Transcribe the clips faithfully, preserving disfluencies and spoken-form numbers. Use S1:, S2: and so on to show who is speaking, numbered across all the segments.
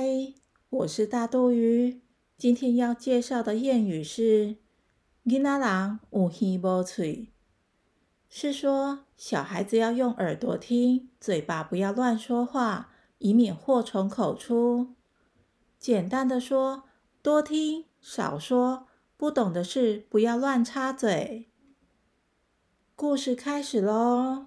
S1: 嗨，我是大肚鱼。今天要介绍的谚语是囡仔人有耳无嘴，是说小孩子要用耳朵听，嘴巴不要乱说话，以免祸从口出。简单的说，多听少说，不懂的事不要乱插嘴。故事开始咯。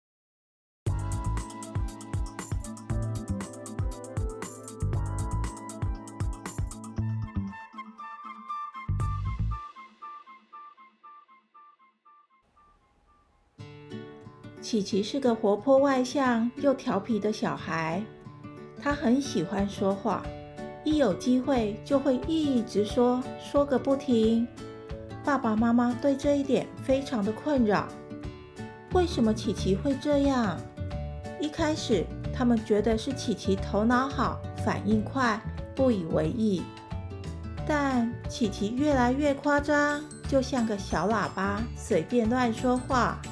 S1: 琪琪是个活泼外向又调皮的小孩，他很喜欢说话，一有机会就会一直说，说个不停。爸爸妈妈对这一点非常的困扰。为什么琪琪会这样？一开始他们觉得是琪琪头脑好，反应快，不以为意。但琪琪越来越夸张，就像个小喇叭，随便乱说话。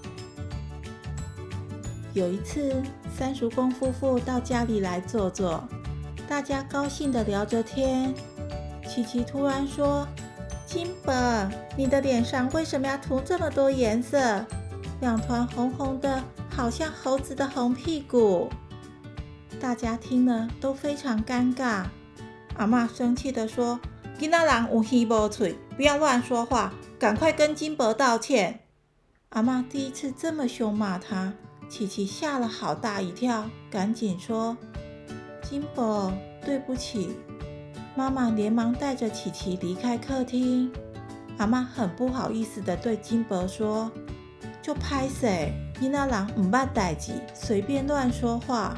S1: 有一次，三叔公夫妇到家里来坐坐，大家高兴地聊着天。琪琪突然说：“金伯，你的脸上为什么要涂这么多颜色？两团红红的，好像猴子的红屁股。”大家听了都非常尴尬。阿嬷生气地说：“囡仔人有耳无嘴，不要乱说话，赶快跟金伯道歉。”阿嬷第一次这么凶骂他。琪琪吓了好大一跳，赶紧说：“金伯，对不起。”妈妈连忙带着琪琪离开客厅。阿嬷很不好意思地对金伯说：“就拍死，囡仔人唔捌代志，随便乱说话。”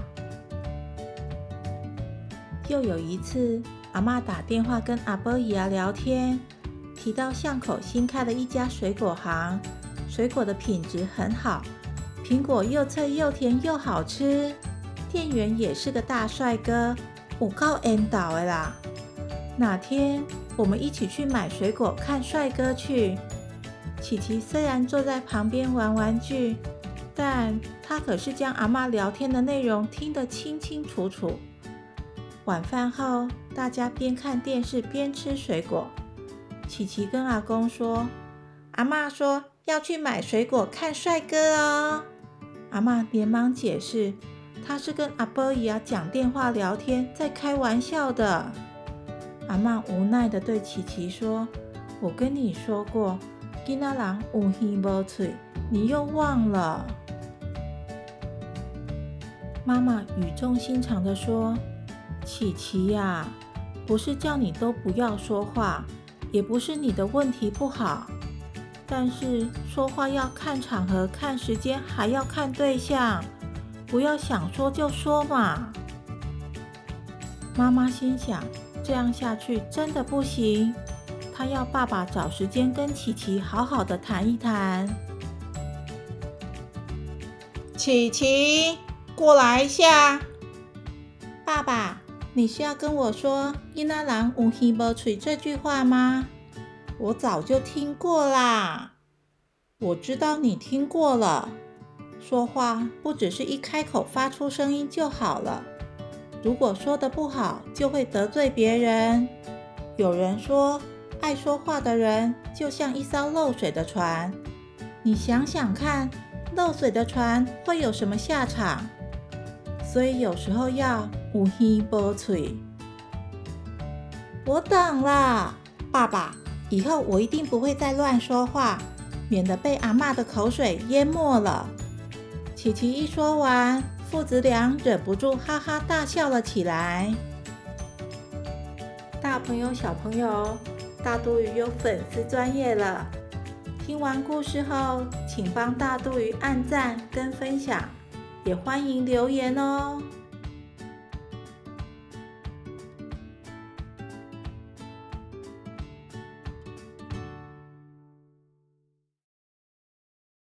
S1: 又有一次，阿嬷打电话跟阿伯姨啊聊天，提到巷口新开了一家水果行，水果的品质很好，苹果又脆又甜又好吃，店员也是个大帅哥，有够缘投的啦。哪天我们一起去买水果看帅哥去。琪琪虽然坐在旁边玩玩具，但他可是将阿嬷聊天的内容听得清清楚楚。晚饭后，大家边看电视边吃水果。琪琪跟阿公说：“阿嬷说要去买水果看帅哥哦。”阿嬷连忙解释，她是跟阿伯姨啊讲电话聊天，在开玩笑的。阿嬷无奈地对琪琪说：“我跟你说过，囡仔人有耳无嘴，你又忘了。”妈妈语重心长地说：“琪琪呀，不是叫你都不要说话，也不是你的问题不好。但是说话要看场合、看时间，还要看对象，不要想说就说嘛。”妈妈心想，这样下去真的不行，她要爸爸找时间跟琪琪好好的谈一谈。琪琪，过来一下。爸爸，你是要跟我说囡仔人有耳无嘴这句话吗？我早就听过啦。我知道你听过了。说话不只是一开口发出声音就好了，如果说得不好，就会得罪别人。有人说，爱说话的人就像一艘漏水的船。你想想看，漏水的船会有什么下场？所以有时候要有耳无嘴。我懂了，爸爸，以后我一定不会再乱说话，免得被阿嬷的口水淹没了。琪琪一说完，父子俩忍不住哈哈大笑了起来。大朋友小朋友，大肚鱼有粉丝专页了，听完故事后请帮大肚鱼按赞跟分享，也欢迎留言哦。